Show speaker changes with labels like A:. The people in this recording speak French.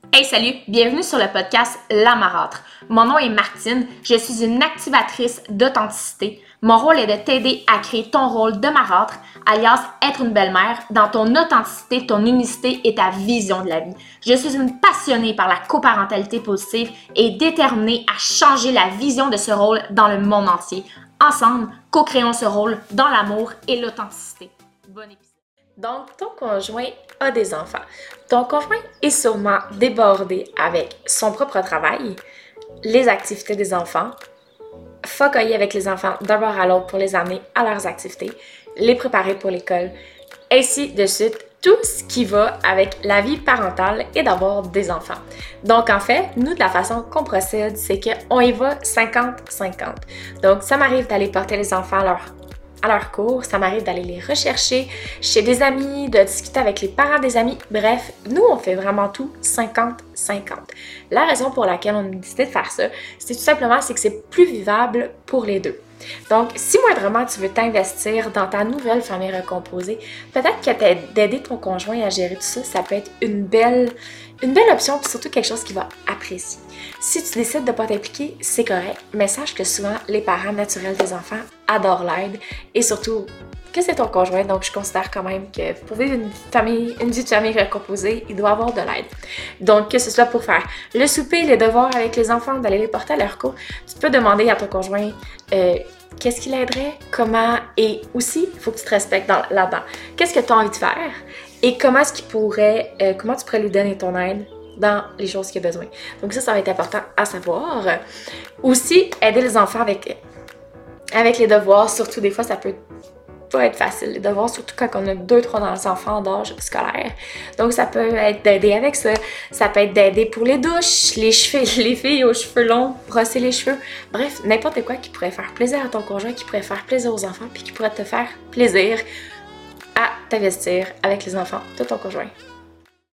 A: Hey salut, bienvenue sur le podcast La Marâtre. Mon nom est Martine, je suis une activatrice d'authenticité. Mon rôle est de t'aider à créer ton rôle de marâtre, alias être une belle-mère, dans ton authenticité, ton unicité et ta vision de la vie. Je suis une passionnée par la coparentalité positive et déterminée à changer la vision de ce rôle dans le monde entier. Ensemble, co-créons ce rôle dans l'amour et l'authenticité. Bon épisode. Donc, ton conjoint a des enfants. Ton conjoint est sûrement débordé avec son propre travail, les activités des enfants, focoyer avec les enfants d'un bord à l'autre pour les amener à leurs activités, les préparer pour l'école, ainsi de suite, tout ce qui va avec la vie parentale et d'avoir des enfants. Donc, en fait, nous, de la façon qu'on procède, c'est qu'on y va 50-50. Donc, ça m'arrive d'aller porter les enfants à leur cours, ça m'arrive d'aller les rechercher chez des amis, de discuter avec les parents des amis. Bref, nous, on fait vraiment tout 50-50. La raison pour laquelle on a décidé de faire ça, c'est tout simplement que c'est plus vivable pour les deux. Donc, si moindrement tu veux t'investir dans ta nouvelle famille recomposée, peut-être que d'aider ton conjoint à gérer tout ça, ça peut être une belle option, puis surtout quelque chose qu'il va apprécier. Si tu décides de ne pas t'impliquer, c'est correct, mais sache que souvent, les parents naturels des enfants adorent l'aide et surtout que c'est ton conjoint, donc je considère quand même que pour vivre une vie de famille recomposée, il doit avoir de l'aide. Donc, que ce soit pour faire le souper, les devoirs avec les enfants, d'aller les porter à leur cours, tu peux demander à ton conjoint qu'est-ce qui l'aiderait, comment, et aussi, il faut que tu te respectes là-dedans. Qu'est-ce que tu as envie de faire et comment tu pourrais lui donner ton aide dans les choses qu'il a besoin. Donc ça va être important à savoir. Aussi, aider les enfants avec les devoirs, surtout des fois, ça peut pas être facile, les devoirs, surtout quand on a 2-3 enfants d'âge scolaire. Donc, ça peut être d'aider avec ça. Ça peut être d'aider pour les douches, les filles aux cheveux longs, brosser les cheveux. Bref, n'importe quoi qui pourrait faire plaisir à ton conjoint, qui pourrait faire plaisir aux enfants, puis qui pourrait te faire plaisir à t'investir avec les enfants de ton conjoint.